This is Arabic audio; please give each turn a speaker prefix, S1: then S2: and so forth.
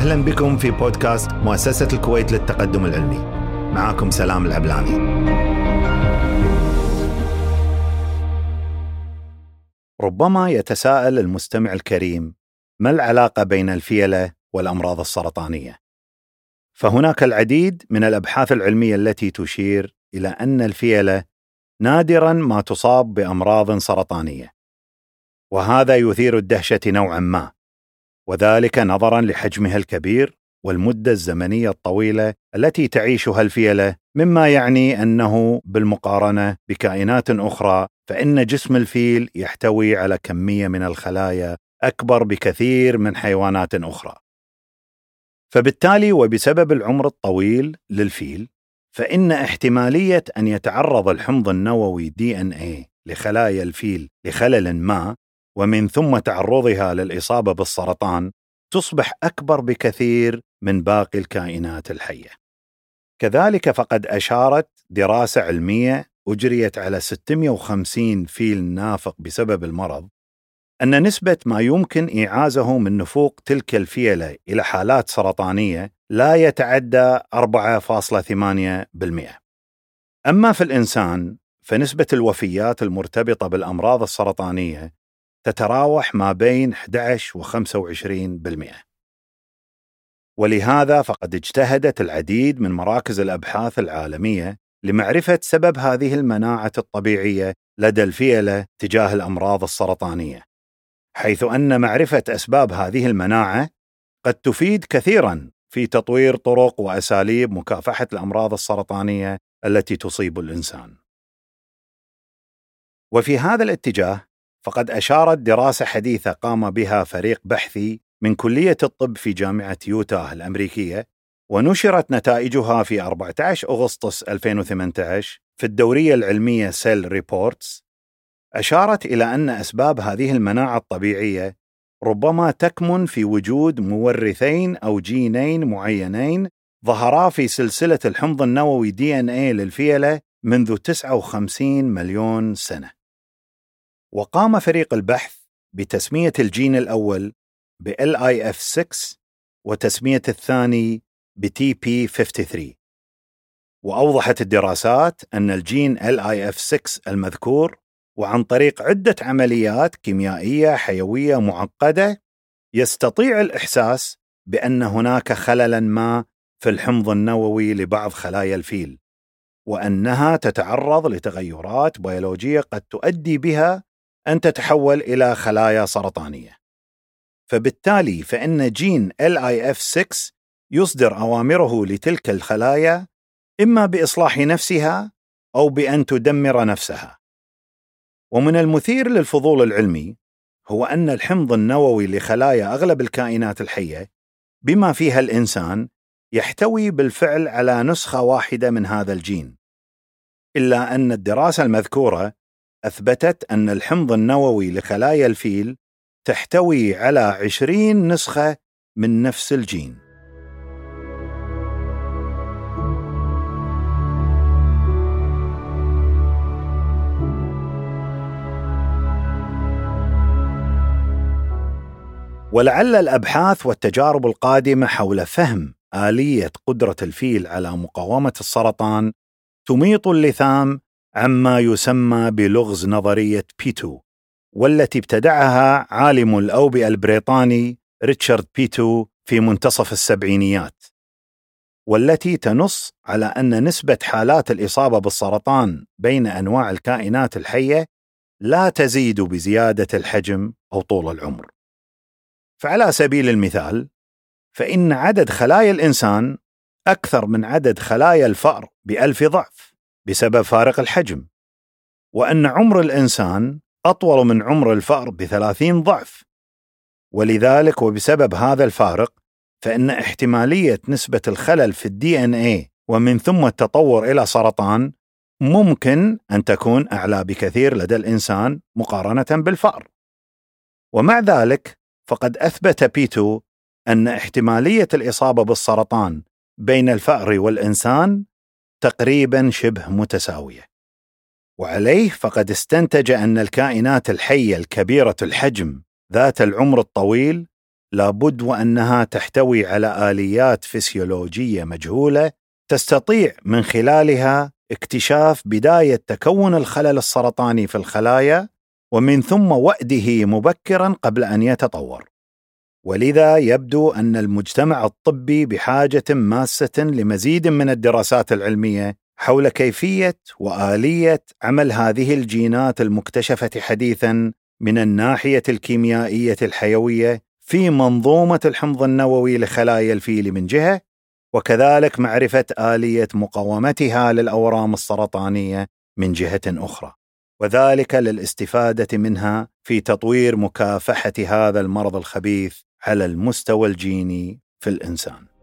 S1: أهلا بكم في بودكاست مؤسسة الكويت للتقدم العلمي. معكم سلام العبلاني. ربما يتساءل المستمع الكريم: ما العلاقة بين الفيلة والأمراض السرطانية؟ فهناك العديد من الأبحاث العلمية التي تشير إلى أن الفيلة نادراً ما تصاب بأمراض سرطانية، وهذا يثير الدهشة نوعاً ما، وذلك نظراً لحجمها الكبير والمدة الزمنية الطويلة التي تعيشها الفيلة، مما يعني أنه بالمقارنة بكائنات أخرى فإن جسم الفيل يحتوي على كمية من الخلايا أكبر بكثير من حيوانات أخرى. فبالتالي وبسبب العمر الطويل للفيل، فإن احتمالية أن يتعرض الحمض النووي DNA لخلايا الفيل لخلل ما، ومن ثم تعرضها للإصابة بالسرطان، تصبح أكبر بكثير من باقي الكائنات الحية. كذلك فقد أشارت دراسة علمية أجريت على 650 فيل نافق بسبب المرض أن نسبة ما يمكن إعازته من نفوق تلك الفيلة إلى حالات سرطانية لا يتعدى 4.8%. أما في الإنسان فنسبة الوفيات المرتبطة بالأمراض السرطانية تتراوح ما بين 11 و 25%. ولهذا فقد اجتهدت العديد من مراكز الأبحاث العالمية لمعرفة سبب هذه المناعة الطبيعية لدى الفيلة تجاه الأمراض السرطانية، حيث أن معرفة أسباب هذه المناعة قد تفيد كثيراً في تطوير طرق وأساليب مكافحة الأمراض السرطانية التي تصيب الإنسان. وفي هذا الاتجاه فقد أشارت دراسة حديثة قام بها فريق بحثي من كلية الطب في جامعة يوتاه الأمريكية، ونشرت نتائجها في 14 أغسطس 2018 في الدورية العلمية سيل ريبورتس، أشارت إلى أن أسباب هذه المناعة الطبيعية ربما تكمن في وجود مورثين أو جينين معينين ظهرا في سلسلة الحمض النووي DNA للفيلة منذ 59 مليون سنة. وقام فريق البحث بتسمية الجين الأول ب LIF6 وتسمية الثاني ب TP53. وأوضحت الدراسات أن الجين LIF6 المذكور، وعن طريق عدة عمليات كيميائية حيوية معقدة، يستطيع الإحساس بأن هناك خللاً ما في الحمض النووي لبعض خلايا الفيل، وأنها تتعرض لتغيرات بيولوجية قد تؤدي بها أن تتحول إلى خلايا سرطانية. فبالتالي فإن جين LIF6 يصدر أوامره لتلك الخلايا إما بإصلاح نفسها أو بأن تدمر نفسها. ومن المثير للفضول العلمي هو أن الحمض النووي لخلايا أغلب الكائنات الحية بما فيها الإنسان يحتوي بالفعل على نسخة واحدة من هذا الجين، إلا أن الدراسة المذكورة أثبتت أن الحمض النووي لخلايا الفيل تحتوي على 20 نسخة من نفس الجين. ولعل الأبحاث والتجارب القادمة حول فهم آلية قدرة الفيل على مقاومة السرطان تميط اللثام عما يسمى بلغز نظرية بيتو، والتي ابتدعها عالم الأوبئة البريطاني ريتشارد بيتو في منتصف السبعينيات، والتي تنص على أن نسبة حالات الإصابة بالسرطان بين أنواع الكائنات الحية لا تزيد بزيادة الحجم أو طول العمر. فعلى سبيل المثال، فإن عدد خلايا الإنسان أكثر من عدد خلايا الفأر ب1000 ضعف بسبب فارق الحجم، وأن عمر الإنسان أطول من عمر الفأر ب30 ضعف. ولذلك وبسبب هذا الفارق فإن احتمالية نسبة الخلل في DNA ومن ثم التطور إلى سرطان ممكن أن تكون أعلى بكثير لدى الإنسان مقارنة بالفأر. ومع ذلك فقد أثبت بيتو أن احتمالية الإصابة بالسرطان بين الفأر والإنسان تقريبا شبه متساوية. وعليه فقد استنتج أن الكائنات الحية الكبيرة الحجم ذات العمر الطويل لابد وأنها تحتوي على آليات فسيولوجية مجهولة تستطيع من خلالها اكتشاف بداية تكون الخلل السرطاني في الخلايا ومن ثم وأده مبكرا قبل أن يتطور. ولذا يبدو أن المجتمع الطبي بحاجة ماسة لمزيد من الدراسات العلمية حول كيفية وآلية عمل هذه الجينات المكتشفة حديثا من الناحية الكيميائية الحيوية في منظومة الحمض النووي لخلايا الفيل من جهة، وكذلك معرفة آلية مقاومتها للأورام السرطانية من جهة أخرى، وذلك للاستفادة منها في تطوير مكافحة هذا المرض الخبيث على المستوى الجيني في الإنسان.